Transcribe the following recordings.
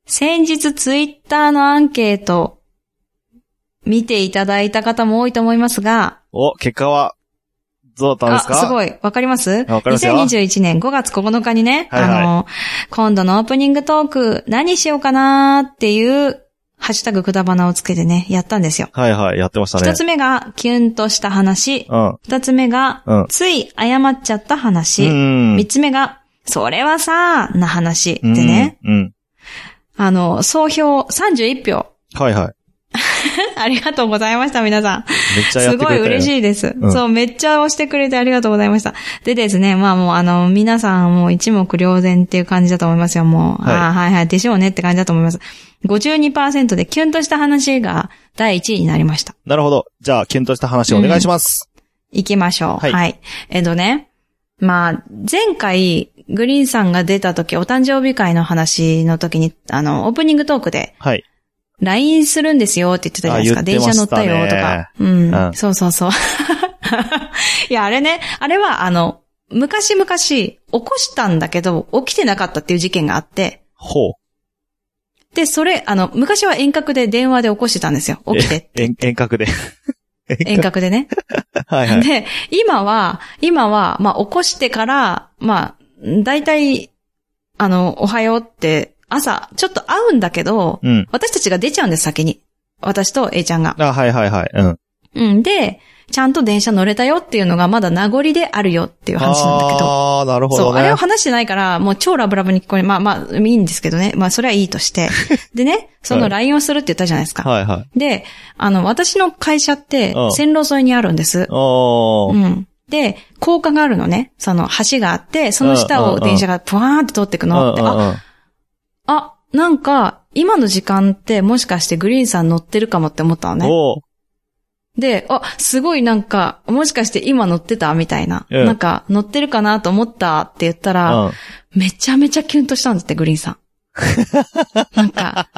先日ツイッターのアンケート、見ていただいた方も多いと思いますが。 結果は、どうだったんですか？ すごい。わかります？ わかりますよ。 2021年5月9日にね、 はい、 今度のオープニングトーク、何しようかなーっていう、ハッシュタグくだばなをつけてね、やったんですよ。 はいはい、やってましたね。 一つ目が、キュンとした話。二つ目が、つい謝っちゃった話。三つ目が、それはさーな話。でね。総票31票。 はいはい。 ありがとうございました、皆さん。 めっちゃやってくれたよ。 すごい嬉しいです。そう、めっちゃ押してくれてありがとうございました。でですね、まあもう皆さんもう一目瞭然っていう感じだと思いますよ、もう。はいはい、でしょうねって感じだと思います。52% でキュンとした話が第1位になりました。 なるほど。じゃあ、キュンとした話お願いします。 行きましょう。はい。ね。まあ、前回、グリーンさんが出た時、お誕生日会の話の時に、オープニングトークで、はい。LINE するんですよって言ってたじゃないですか。電車乗ったよとか。そうそうそう。いや、あれね、あれは昔々、起こしたんだけど、起きてなかったっていう事件があって。 ほう。 で、それ、昔は遠隔で電話で起こしてたんですよ。起きてって。 遠隔で。 遠隔でね。 はいはい。 で、今は、まあ、起こしてから、まあ、だいたい、おはようって、朝、ちょっと会うんだけど、私たちが出ちゃうんです、先に。私と A ちゃんが。 はいはいはい。 で、ちゃんと電車乗れたよっていうのがまだ名残であるよっていう話なんだけど。 なるほどね。 そう、あれを話してないから、もう超ラブラブに聞こえる。まあ、いいんですけどね。まあ、それはいいとして。でね、その LINE をするって言ったじゃないですか。 はいはい。 で、私の会社って、線路沿いにあるんです。で、高架があるのね。その橋があって、その下を電車がプワーンって通ってくのって。なんか、今の時間ってもしかしてグリーンさん乗ってるかもって思ったのね。で、すごいなんか、もしかして今乗ってたみたいな。なんか、乗ってるかなと思ったって言ったら、めちゃめちゃキュンとしたんだって、グリーンさん。なんか、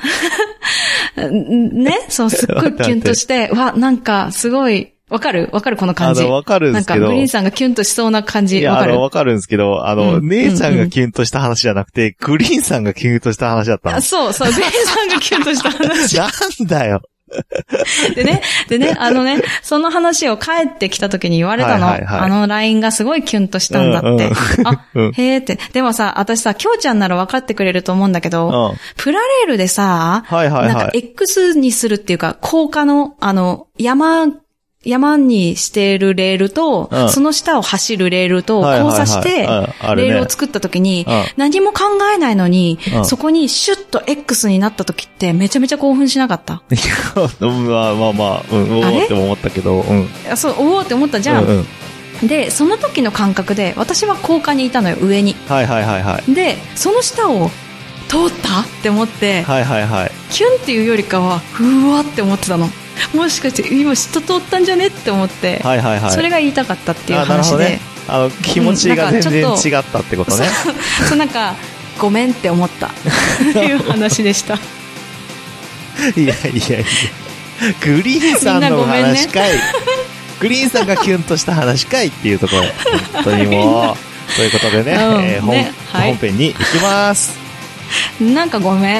ね、そう、すっごいキュンとして、なんか、すごい、わかるこの感じ。 わかるんですけど。 なんか、グリーンさんがキュンとしそうな感じ。わかる？ わかるんですけど、姉ちゃんがキュンとした話じゃなくて、グリーンさんがキュンとした話だったの。 そう、グリーンさんがキュンとした話。 なんだよ。 でね、その話を帰ってきた時に言われたの。LINE がすごいキュンとしたんだって。へーって。でもさ、私さ、きょうちゃんなら分かってくれると思うんだけど、プラレールでさ、なんか X にするっていうか、高架の、山にしてるレールと、その下を走るレールと交差して、レールを作った時に、何も考えないのに、そこにシュッと X になった時ってめちゃめちゃ興奮しなかった？ まあ、おーって思ったけど、 そう、おーって思ったじゃん。で、その時の感覚で、私は高架にいたのよ、上に。で、その下を通ったって思って、キュンっていうよりかは、うわって思ってたの。もしかして今下通ったんじゃねって思って、それが言いたかったっていう話で、 気持ちが全然違ったってことね。 そうなんかごめんって思ったっていう話でした。 いやグリーンさんの話かい。グリーンさんがキュンとした話かいっていうところ。本当にもうということでね、本編に行きます。 なんかごめん。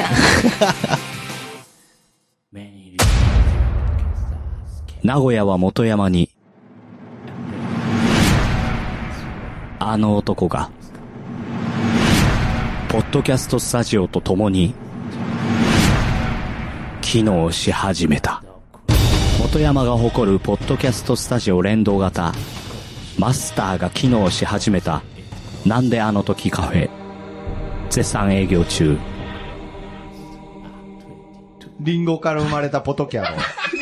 名古屋は元山に、あの男が、ポッドキャストスタジオと共に、機能し始めた。元山が誇るポッドキャストスタジオ連動型、マスターが機能し始めた、なんであの時カフェ、絶賛営業中。 リンゴから生まれたポトキャロ。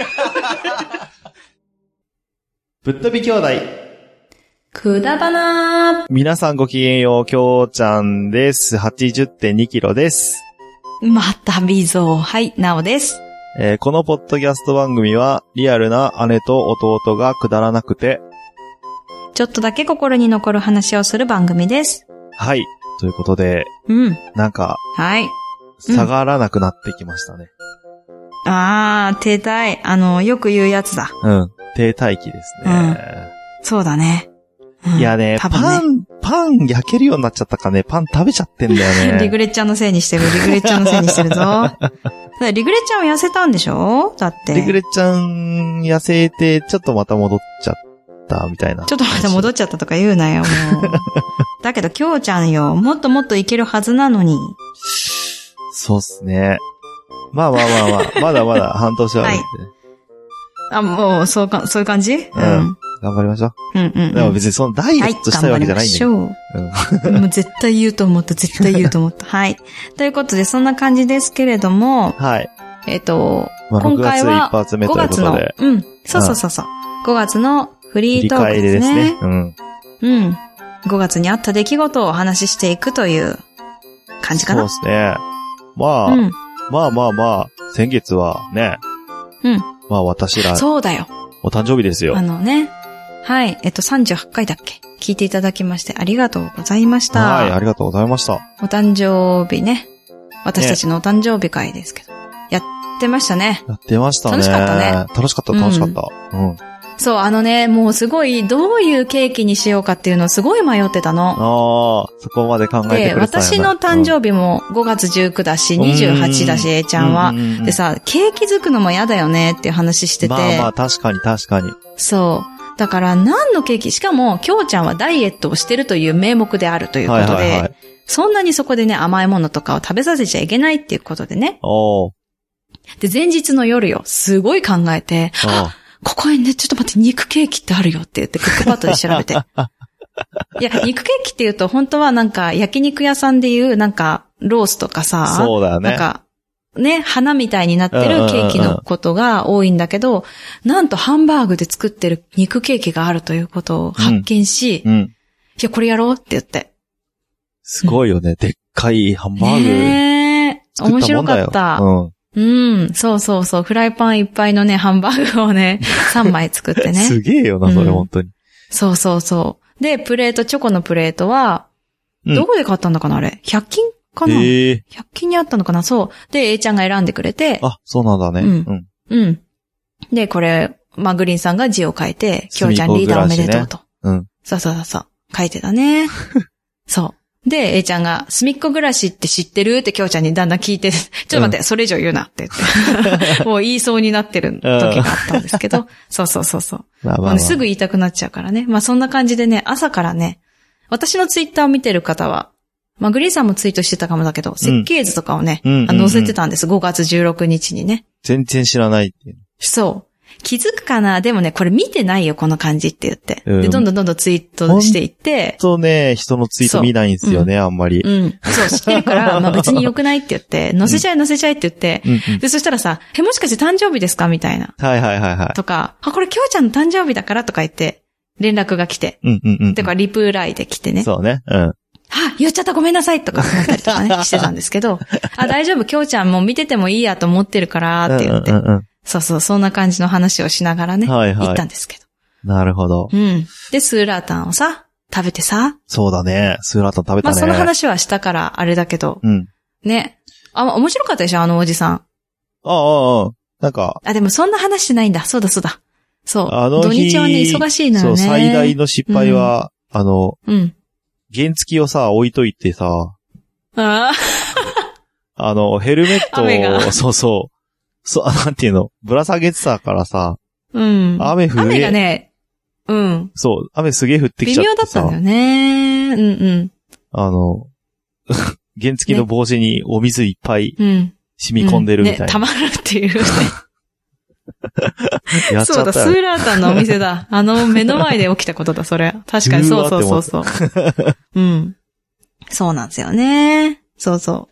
ぶっ飛び兄弟。 くだばなー。 皆さんごきげんよう、きょうちゃんです。80.2 キロです。 また微増。はい、なおです。 このポッドキャスト番組は、リアルな姉と弟がくだらなくて、 ちょっとだけ心に残る話をする番組です。 はい。ということで、なんか、下がらなくなってきましたね。 停滞。よく言うやつだ。 停滞期ですね。 そうだね。 いやね、パン焼けるようになっちゃったかね。パン食べちゃってんだよね。 リグレッちゃんのせいにしてる。リグレッちゃんのせいにしてるぞ。リグレッちゃんは痩せたんでしょだって。 リグレッちゃん痩せて、ちょっとまた戻っちゃったみたいな。 ちょっとまた戻っちゃったとか言うなよ、もう。だけど、きょうちゃんよ、もっともっといけるはずなのに。 そうっすね。まだ半年はあるんで、ね。 はい。もう、そういう感じ？ 頑張りましょう。でも別にそのダイエットしたいわけじゃないんだけど。 もう絶対言うと思った。はい。ということで、そんな感じですけれども。 はい。 今回は、5月の、そう。5月のフリートークですね。 ですね。 5月にあった出来事をお話ししていくという感じかな。 そうですね。まあ、先月はね。まあ私ら。 そうだよ。 お誕生日ですよ。 はい。38回だっけ聞いていただきましてありがとうございました。 はい、ありがとうございました。 お誕生日ね。私たちのお誕生日会ですけど。やってましたね。 やってましたね。 楽しかったね。 楽しかった。 そう、もうすごい、どういうケーキにしようかっていうのをすごい迷ってたの。 そこまで考えてくれた。 で、私の誕生日も5月19だし、28だし、A ちゃんは。でさ、ケーキ作るのも嫌だよねっていう話してて。 まあ、確かに。 そう。だから、何のケーキ、しかも、きょうちゃんはダイエットをしてるという名目であるということで、そんなにそこでね、甘いものとかを食べさせちゃいけないっていうことでね。で、前日の夜よ、すごい考えて、ここにね、ちょっと待って、肉ケーキってあるよって言って、クックパッドで調べて。いや、肉ケーキって言うと、本当はなんか、焼肉屋さんで言う、なんか、ロースとかさ、 そうだよね。 なんか、ね、花みたいになってるケーキのことが多いんだけど、なんとハンバーグで作ってる肉ケーキがあるということを発見し、いや、これやろうって言って。 すごいよね、でっかいハンバーグ。 ねえ、面白かった。そう。フライパンいっぱいのね、ハンバーグをね、3枚作ってね。 すげえよな、それ、本当に。 そう。で、チョコのプレートは、どこで買ったんだかな、あれ。100均かな ?100 均にあったのかなそう。で、A ちゃんが選んでくれて。 あ、そうなんだね。 で、これ、グリーンさんが字を書いて、きょうちゃんリーダーおめでとうと。そう。書いてたね。そう。で、A ちゃんが、すみっこ暮らしって知ってるってきょうちゃんにだんだん聞いて、ちょっと待って、それ以上言うなって言って。もう言いそうになってる時があったんですけど。そう。すぐ言いたくなっちゃうからね。そんな感じでね、朝からね、私のツイッターを見てる方は、グリーンさんもツイートしてたかもだけど、設計図とかをね、載せてたんです。5月16日にね。 全然知らないっていう。 そう。気づくかなでもね、これ見てないよ、この感じって言って。で、どんどんツイートしていって。 そうね、人のツイート見ないんですよね、あんまり。 そう、知ってるから、別に良くないって言って、載せちゃいって言って。で、そしたらさ、もしかして誕生日ですかみたいな。 はい。 とか、これきょうちゃんの誕生日だからとか言って、連絡が来て。とか、リプライで来てね。 そうね。 言っちゃったごめんなさいとか思ったりとかね、してたんですけど、大丈夫、きょうちゃんも見ててもいいやと思ってるからって言って。そう、そんな感じの話をしながらね、行ったんですけど。 なるほど。 で、スーラータンをさ、食べてさ。 そうだね。スーラータン食べたね。 その話はしたからあれだけど。ね。面白かったでしょ、あのおじさん。 なんか。 でもそんな話してないんだ。そうだ。そう。土日はね、忙しいのよね。 そう、最大の失敗は、原付をさ、置いといてさ。ヘルメットを、そう、なんていうの、ぶら下げてたからさ、雨がね、そう、雨すげえ降ってきちゃってさ。 微妙だったんだよね。 原付の帽子にお水いっぱい染み込んでるみたいな。 溜まるっていうね。 やっちゃった。 そうだ、スーラータンのお店だ。目の前で起きたことだ、それ。確かに、そう。そうなんですよね。そう。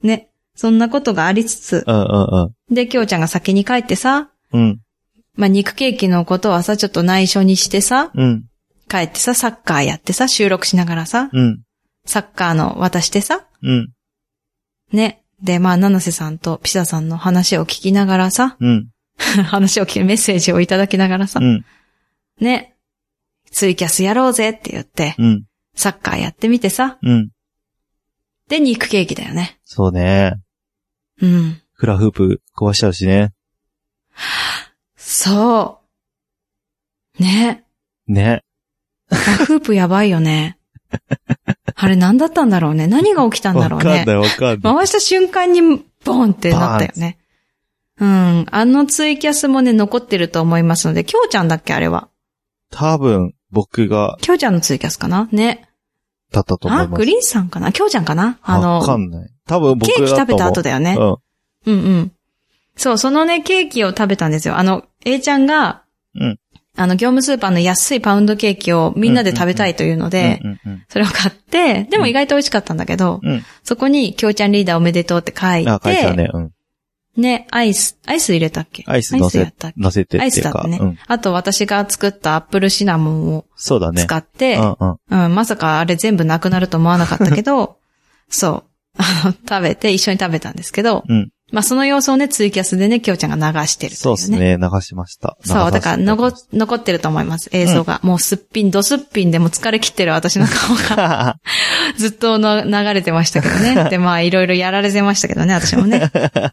ね。そんなことがありつつ。で、きょうちゃんが先に帰ってさ。肉ケーキのことはさ、ちょっと内緒にしてさ。帰ってさ、サッカーやってさ、収録しながらさ。サッカーの渡してさ。ね。で、七瀬さんとピザさんの話を聞きながらさ。話を聞き、メッセージをいただきながらさ。ね。ツイキャスやろうぜって言って。サッカーやってみてさ。で、肉ケーキだよね。 そうね。フラフープ壊しちゃうしね。 そう。ね。 フープやばいよね。あれ何だったんだろうね。何が起きたんだろうね。 わかんない。 回した瞬間にボンってなったよね。うん。あのツイキャスもね、残ってると思いますので、きょうちゃんだっけあれは。 多分、僕が。 きょうちゃんのツイキャスかなね。 だったと思います。 グリーンさんかなきょうちゃんかなわかんない。多分僕が。 ケーキ食べた後だよね。 うん。 うんうん。そう、そのね、ケーキを食べたんですよ。A ちゃんが、 うん。 業務スーパーの安いパウンドケーキをみんなで食べたいというので、それを買って、でも意外と美味しかったんだけど、そこに、きょうちゃんリーダーおめでとうって書いて、 書いてたね、うん。 ね、アイス入れたっけ？ アイス乗せてっていうか。 アイスだったね。あと私が作ったアップルシナモンを使って、まさかあれ全部なくなると思わなかったけど、そう、食べて一緒に食べたんですけど、まあその様子をね、ツイキャスでね、きょうちゃんが流してるというね。 そうですね、流しました。 そう、だから残ってると思います、映像が。もうすっぴん、どすっぴんでも疲れ切ってる私の顔がずっと流れてましたけどね。で、まあいろいろやられてましたけどね、私もね。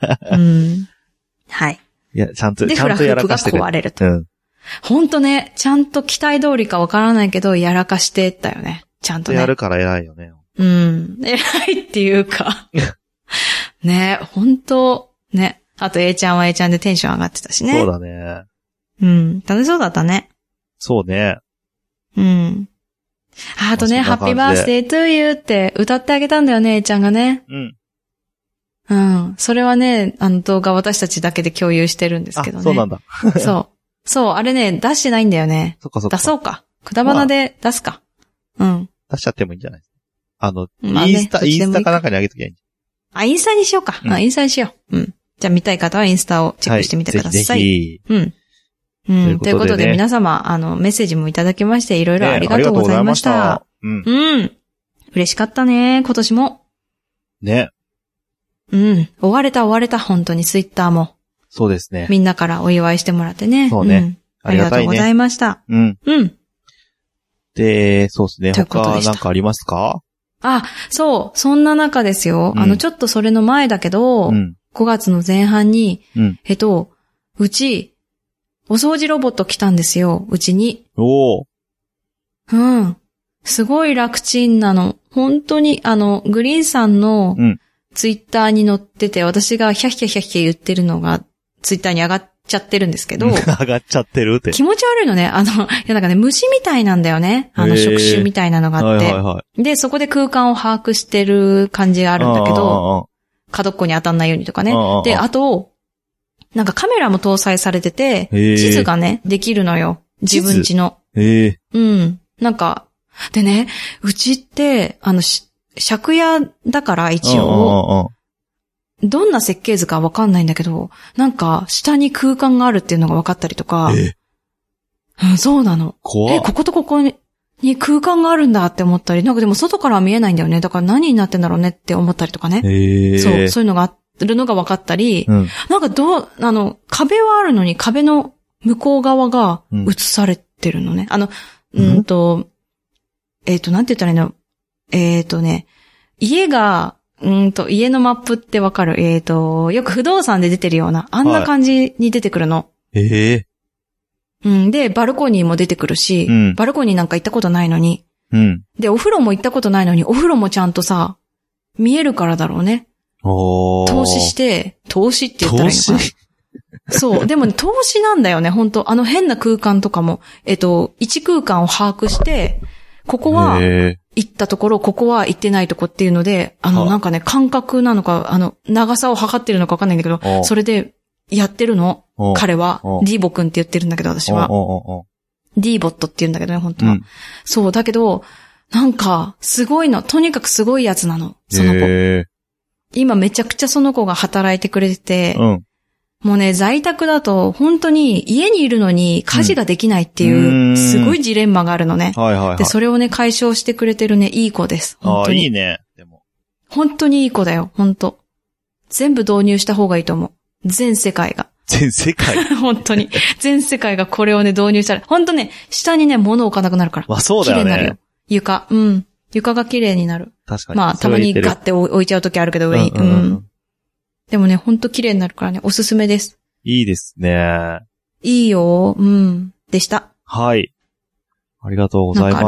はい。 いや、ちゃんとで、フラフープが壊れると。ほんとね、ちゃんと期待通りかわからないけど、やらかしてったよね。ちゃんとね。 やるから偉いよね。 偉いっていうか。ね、ほんと、ね。あと A ちゃんは A ちゃんでテンション上がってたしね。 そうだね。 楽しそうだったね。 そうね。 あとね、ハッピーバースデートゥーユーって歌ってあげたんだよね、A ちゃんがね。それはね、動画私たちだけで共有してるんですけどね。 そうなんだ。 そう、あれね、出してないんだよね。 そっかそっか。 出そうか。くだばなで出すか。 出しちゃってもいいんじゃないインスタかなんかにあげときゃいいんじゃん。インスタにしようか。インスタにしよう。じゃあ見たい方はインスタをチェックしてみてください。 ぜひ。 ということで皆様、メッセージもいただきまして、いろいろありがとうございました。嬉しかったね、今年も。 ね。 終われた、本当にツイッターも。 そうですね。 みんなからお祝いしてもらってね。 そうね。 ありがとうございました。 で、そうですね。他なんかありますか？ そう。そんな中ですよ。ちょっとそれの前だけど、5月の前半に、うち、お掃除ロボット来たんですよ。うちに。すごい楽ちんなの。本当に、グリーンさんの、ツイッターに載ってて、私がヒャッヒャヒャッヒャ言ってるのが、ツイッターに上がっちゃってるんですけど。 上がっちゃってるって。 気持ち悪いのね。いやなんかね、虫みたいなんだよね。触手みたいなのがあって。で、そこで空間を把握してる感じがあるんだけど、角っこに当たんないようにとかね。で、あと、なんかカメラも搭載されてて、地図がね、できるのよ。自分家の。なんか、でね、うちって、借家だから一応、どんな設計図かわかんないんだけど、なんか下に空間があるっていうのが分かったりとか、そうなの。こことここに空間があるんだって思ったり、なんかでも外からは見えないんだよね。だから何になってんだろうねって思ったりとかね。そういうのがあるのが分かったり、なんか壁はあるのに壁の向こう側が映されてるのね。なんて言ったらいいの？家が、家のマップってわかる？よく不動産で出てるような、あんな感じに出てくるの。で、バルコニーも出てくるし、バルコニーなんか行ったことないのに。で、お風呂も行ったことないのに、お風呂もちゃんとさ、見えるからだろうね。投資って言ったらいいのかな？そう。でもね、投資なんだよね、本当変な空間とかも、一空間を把握して、ここは行ったところ、ここは行ってないとこっていうので、なんかね、感覚なのか、長さを測ってるのかわかんないんだけど、それでやってるの。彼は、ディーボ君って言ってるんだけど、私は。ディーボットって言うんだけどね、本当は。そう、だけど、なんか、すごいの。とにかくすごいやつなの。その子。今めちゃくちゃその子が働いてくれてて、もうね、在宅だと、本当に家にいるのに家事ができないっていう、すごいジレンマがあるのね。で、それをね、解消してくれてるね、いい子です。本当に。 いいね。でも。 本当にいい子だよ、本当。全部導入した方がいいと思う。全世界が。 全世界本当に。全世界がこれをね、導入したら、本当ね、下にね、物置かなくなるから。 まあそうだよね。 綺麗になるよ。床。床が綺麗になる。 確かに。 まあ、たまにガッて置いちゃうときあるけど、上に。でもね、ほんと綺麗になるからね、おすすめです。 いいですね。 いいよ。でした。 はい。 ありがとうございます。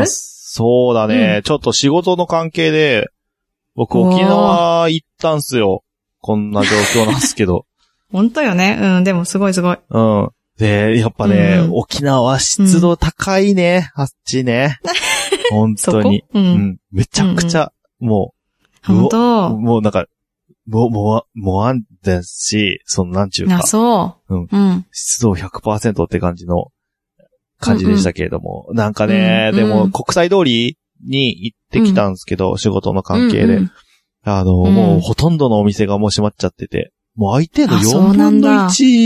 そうだね、ちょっと仕事の関係で、僕沖縄行ったんすよ。こんな状況なんですけど。 本当よね。うん、でもすごいすごい。 うん。で、やっぱね、沖縄は湿度高いね、あっちね。本当に。めちゃくちゃ、もう、 本当もうなんか、もわんですし、なんちゅうか。 そう。 湿度 100% って感じでしたけれども。なんかね、でも国際通りに行ってきたんですけど、仕事の関係で。もうほとんどのお店がもう閉まっちゃってて、もう相手の4分の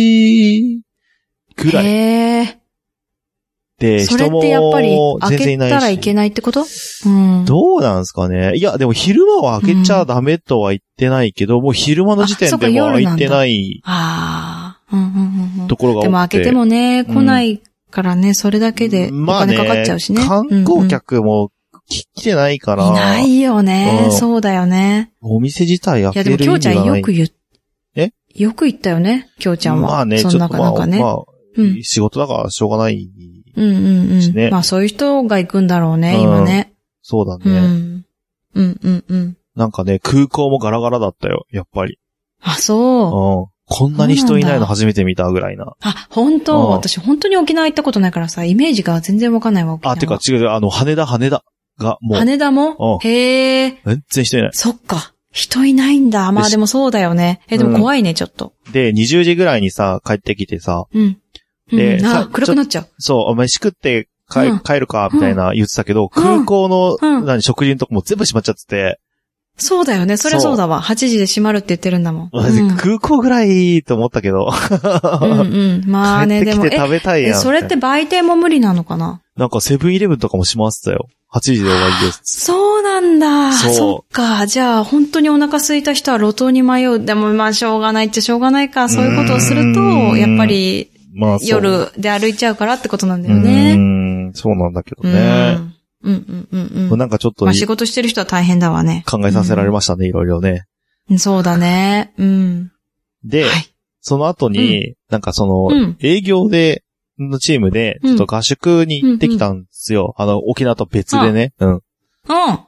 1ぐらい。で、 それってやっぱり開けたらいけないってこと？ どうなんですかね。いや、でも昼間は開けちゃダメとは言ってないけど、もう昼間の時点でも開いてないところが多くて。 でも開けてもね、来ないからね、それだけでお金かかっちゃうしね。 観光客も来てないから。 いないよね。そうだよね。 お店自体開ける意味がない。 いや、でもきょうちゃんよく言ったよね、きょうちゃんは。 まあね、ちょっとまあ、仕事だからしょうがないしね。 まあそういう人が行くんだろうね、今ね。 そうだね。なんかね、空港もガラガラだったよ、やっぱり。 あ、そう。 こんなに人いないの初めて見たぐらいな。 あ、本当。私本当に沖縄行ったことないからさ、イメージが全然わかんないわ、沖縄。 てか違う、羽田がもう。 羽田もへえ。 全然人いない。 そっか。人いないんだ。まあでもそうだよね。でも怖いね、ちょっと。 で、20時ぐらいにさ、帰ってきてさ。 で、暗くなっちゃう。 そう、飯食って帰るか、みたいな言ってたけど、空港の、食事のとこも全部閉まっちゃってて。 そうだよね。そりゃそうだわ。8時で閉まるって言ってるんだもん。 空港ぐらいと思ったけど。 まあね、でも。 帰ってきて食べたいやん。 それって売店も無理なのかな？ なんかセブンイレブンとかも閉まってたよ。8時で終わりです。 そうなんだ。そっか。じゃあ、本当にお腹空いた人は路頭に迷う。でもまあ、しょうがないっちゃしょうがないか。そういうことをすると、やっぱり、夜で歩いちゃうからってことなんだよね。 そうなんだけどね。なんかちょっと。 まあ仕事してる人は大変だわね。 考えさせられましたね、いろいろね。 そうだね。 で、その後に、なんか営業のチームで、ちょっと合宿に行ってきたんですよ。沖縄と別でね。また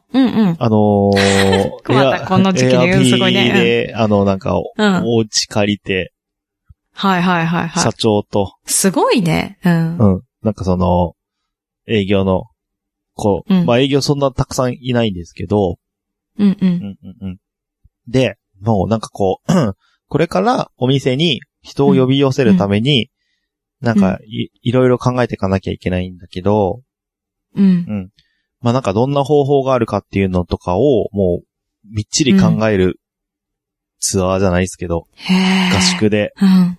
この時期にすごいね。で、なんか、お家借りて、社長と。 すごいね。 なんか営業の、まあ営業そんなたくさんいないんですけど、で、もうなんかこれからお店に人を呼び寄せるために、なんかいろいろ考えていかなきゃいけないんだけど、まあなんかどんな方法があるかっていうのとかをもうみっちり考えるツアーじゃないですけど、合宿で。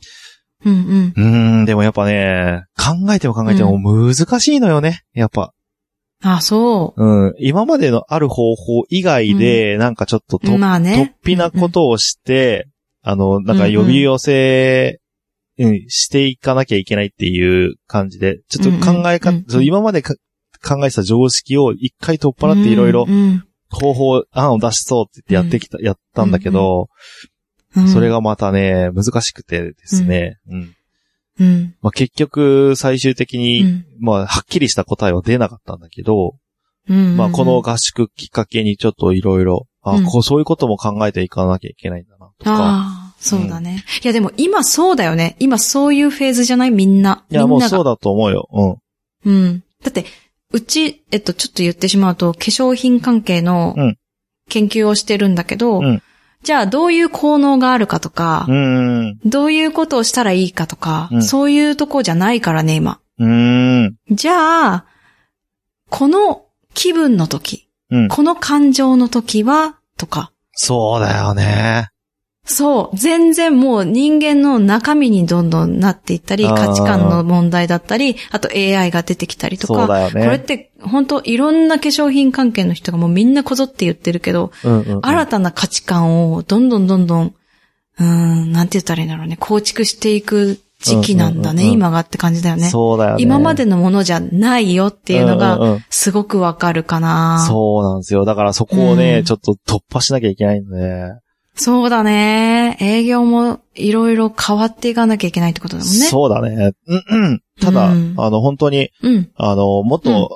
でもやっぱね、考えても難しいのよね、やっぱ。 あ、そう。 今までのある方法以外で、なんかちょっと突飛なことをして、なんか呼び寄せ、していかなきゃいけないっていう感じで、ちょっと今まで考えてた常識を一回取っ払っていろいろ案を出しそうって言ってやったんだけど、それがまたね、難しくてですね。まあ、結局、最終的に、まあ、はっきりした答えは出なかったんだけど、まあ、この合宿きっかけにちょっといろいろ、そういうことも考えていかなきゃいけないんだな、とか。 そうだね。いや、でも今そうだよね。今そういうフェーズじゃない？みんな。 いや、もうそうだと思うよ。 だって、ちょっと言ってしまうと、化粧品関係の研究をしてるんだけど、じゃあどういう効能があるかとか、どういうことをしたらいいかとか、そういうとこじゃないからね、今。じゃあ、この気分の時、この感情の時は、とか。 そうだよね。 そう。全然もう人間の中身にどんどんなっていったり、価値観の問題だったり、あと AI が出てきたりとか。 そうだよね。 これって本当いろんな化粧品関係の人がもうみんなこぞって言ってるけど、新たな価値観をどんどん、なんて言ったらいいんだろうね。構築していく時期なんだね、今がって感じだよね。 そうだよね。 今までのものじゃないよっていうのが、すごくわかるかな。 そうなんですよ。だからそこをね、ちょっと突破しなきゃいけないんで。 そうだね。営業もいろいろ変わっていかなきゃいけないってことだもんね。 そうだね。ただ、本当に、もっと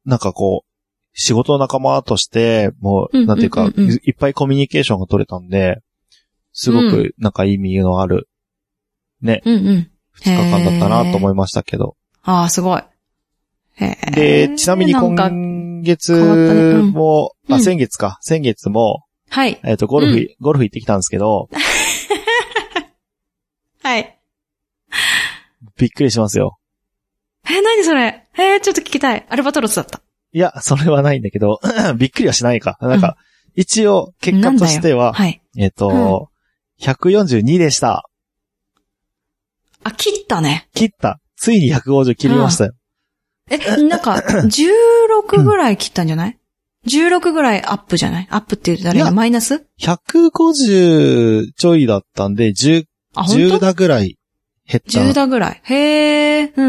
なんかこう、仕事の仲間として、もう、なんていうか、いっぱいコミュニケーションが取れたんで、すごくなんか意味のある、ね、2日間だったなと思いましたけど。 ああ、すごい。 で、ちなみに今月も、先月か。先月も、 はい。 ゴルフ行ってきたんですけど。 はい。 びっくりしますよ。 何それ？ちょっと聞きたい。アルバトロスだった。 いや、それはないんだけど、びっくりはしないか。なんか、一応、結果としては、 はい。 142でした。 あ、切ったね。 切った。ついに150切りましたよ。 なんか、16ぐらい切ったんじゃない？ 16 ぐらいアップじゃない？アップって言ったらマイナス？ 150 ちょいだったんで、10打ぐらい減った。 10打ぐらい。へー。うん。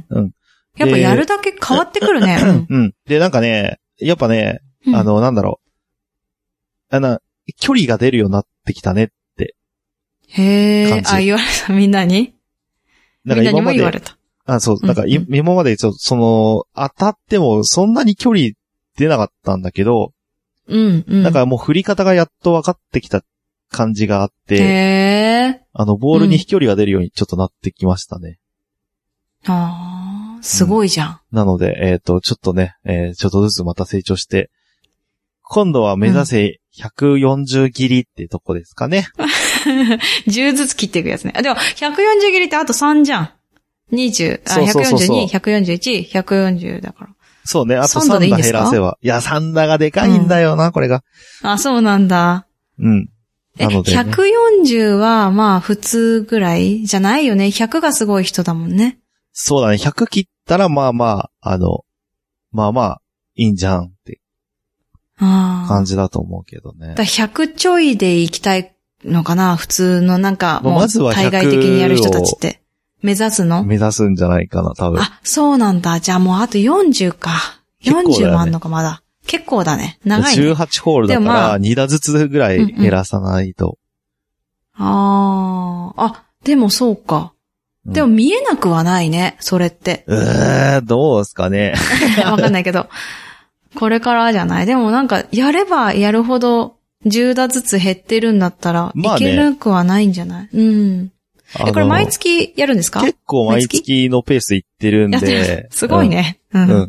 やっぱやるだけ変わってくるね。 うん。で、なんかね、やっぱね、なんだろう。距離が出るようになってきたねって。 へー。あ、言われた、みんなに？ なんか今まで。 みんなにも言われた。 そう、なんか今まで当たってもそんなに距離出なかったんだけど、なんかもう振り方がやっと分かってきた感じがあって、ボールに飛距離が出るようにちょっとなってきましたね。 すごいじゃん。 なので、ちょっとね、ちょっとずつまた成長して、今度は目指せ140切りってとこですかね。 10ずつ切っていくやつね。でも、140切りってあと3じゃん。142、141、140だから。 そうね、あと3打減らせば。いや、3打がでかいんだよな、これが。 あ、そうなんだ。 うん。なので、ね。 140は、まあ、普通ぐらいじゃないよね。100がすごい人だもんね。 そうだね、100切ったら、まあまあ、いいんじゃんって感じだと思うけどね。 100ちょいで行きたいのかな、普通のなんか、もう対外的にやる人たちって。目指すの？ 目指すんじゃないかな、多分。 あ、そうなんだ。じゃあもうあと40か。40もあんのか、まだ。結構だね。長いね。 18ホールだから2打ずつぐらい減らさないと。 でもそうか。でも見えなくはないね、それって。 どうですかね。 わかんないけど。これからじゃない。でもなんか、やればやるほど10打ずつ減ってるんだったら、いけなくはないんじゃない？うん。これ毎月やるんですか？ 結構毎月のペースいってるんで。 すごいね。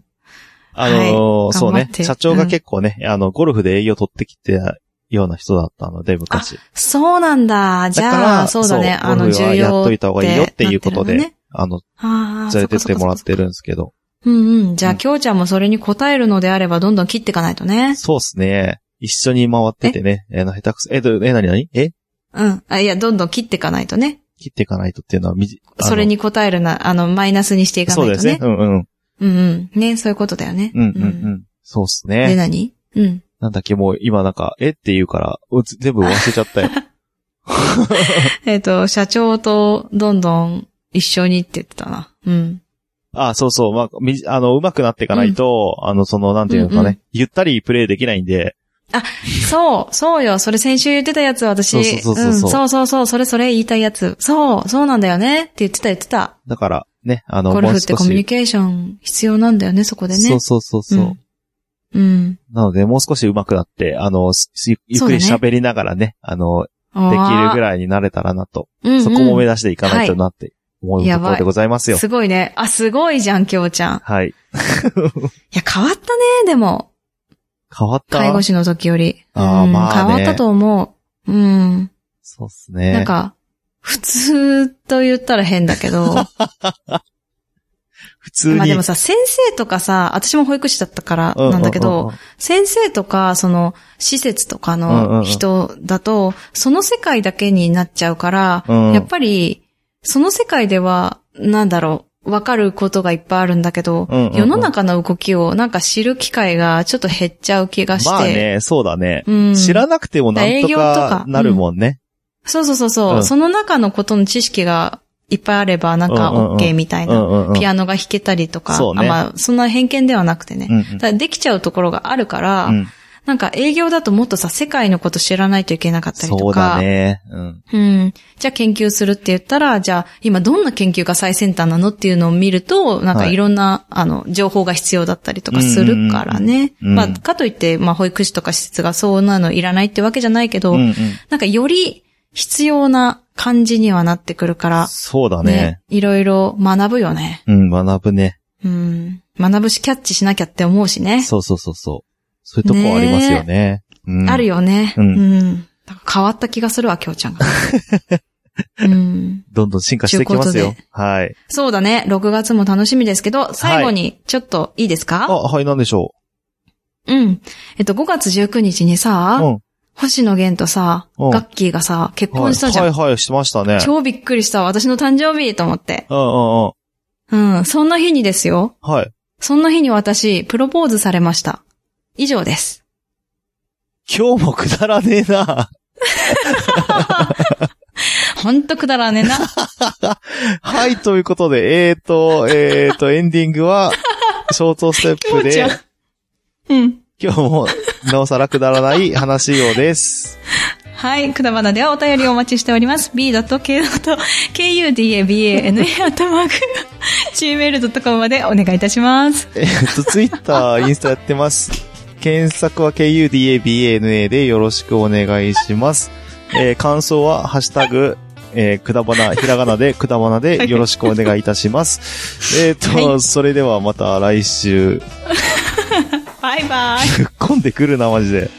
そうね。社長が結構ね、ゴルフで営業取ってきてような人だったので、昔。 そうなんだ。じゃあ、そうだね。 重要やっといた方がいいよっていうことで、連れてってもらってるんですけど。 じゃあ、きょうちゃんもそれに応えるのであれば、どんどん切っていかないとね。 そうっすね。一緒に回っててね。下手くそ。何いや、どんどん切っていかないとね。 切っていかないとっていうのは、 それに応えるマイナスにしていかないとね。 そうですね。 ね、そういうことだよね。 そうっすね。 で、何？ なんだっけ、もう今なんか、って言うから、全部忘れちゃったよ。 社長とどんどん一緒にって言ってたな。 そうそう。まあ、上手くなっていかないと、なんていうのかね、ゆったりプレイできないんで。 そうよ。それ先週言ってたやつ、私。そう。それ言いたいやつ。そうなんだよね。って言ってた。 だから、ね、 ゴルフってコミュニケーション必要なんだよね、そこでね。 そう。なので、もう少し上手くなって、ゆっくり喋りながらね、できるぐらいになれたらなと。そこも目指していかないとなって思うところでございますよ。 すごいね。すごいじゃん、きょうちゃん。 はい。いや、変わったね、でも。 変わった？ 介護士の時より。 まあね。 変わったと思う。 そうっすね。 なんか、普通と言ったら変だけど。 普通に。 まあでもさ、先生とかさ、私も保育士だったからなんだけど、先生とか、施設とかの人だと、その世界だけになっちゃうから、やっぱり、その世界では、わかることがいっぱいあるんだけど、世の中の動きをなんか知る機会がちょっと減っちゃう気がして。 まあね、そうだね。知らなくてもなんとかなるもんね。 そう。その中のことの知識がいっぱいあればなんか OK みたいな。ピアノが弾けたりとか。 そうね。 まあ、そんな偏見ではなくてね。できちゃうところがあるから、 なんか営業だともっとさ、世界のこと知らないといけなかったりとか。 そうだね。 うん。じゃあ研究するって言ったら、じゃあ今どんな研究が最先端なのっていうのを見ると、なんかいろんな、情報が必要だったりとかするからね。まあ、かといって、まあ、保育士とか施設がそうなのいらないってわけじゃないけど、なんかより必要な感じにはなってくるから。 そうだね。 いろいろ学ぶよね。 学ぶね。 学ぶしキャッチしなきゃって思うしね。 そう。そういうとこありますよね。 あるよね。だから変わった気がするわ、きょうちゃんが。 どんどん進化していきますよ。はい。 そうだね。6月も楽しみですけど、最後にちょっといいですか？ はい、何でしょう。5月19日にさ、星野源とさ、ガッキーがさ、結婚したじゃん。 はい、してましたね。 超びっくりした。私の誕生日と思って。そんな日にですよ。 はい。 そんな日に私、プロポーズされました。以上です。 今日もくだらねえな。 ほんとくだらねえな。 はい、ということで、エンディングは、ショートステップで、今日も、なおさらくだらない話をです。 はい。くだばなではお便りをお待ちしております。b.k.kudaba@gmail.com までお願いいたします。 ツイッター、インスタやってます。検索は KUDABANA でよろしくお願いします。感想は、ハッシュタグ、くだばな、ひらがなで、くだばなでよろしくお願いいたします。それではまた来週。 バイバイ。 突っ込んでくるな、マジで。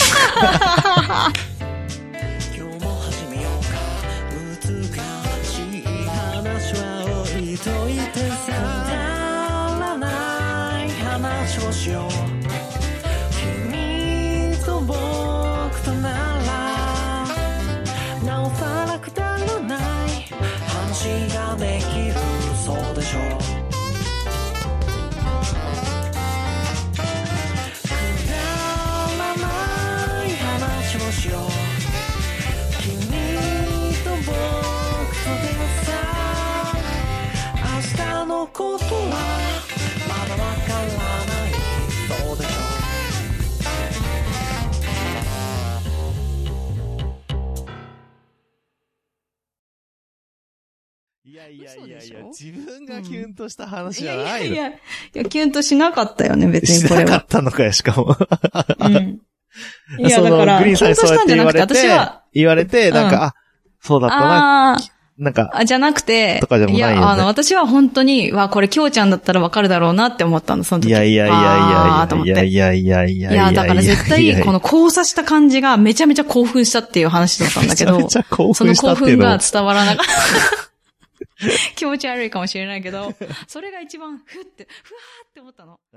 いや、自分がキュンとした話じゃないの。 いや、キュンとしなかったよね、別にこれは。 しなかったのかよ、しかも。 いや、だから、 グリーンさんにそうやって言われて、なんか、そうだったな。なんか。 じゃなくて、 とかでもないよね。 いや、私は本当に、これ、きょうちゃんだったらわかるだろうなって思ったの、その時。 いや、だから絶対、この交差した感じがめちゃめちゃ興奮したっていう話だったんだけど、 めちゃめちゃ興その奮したっていう興奮が伝わらなかった。気持ち悪いかもしれないけど、それが一番、ふわーって思ったの。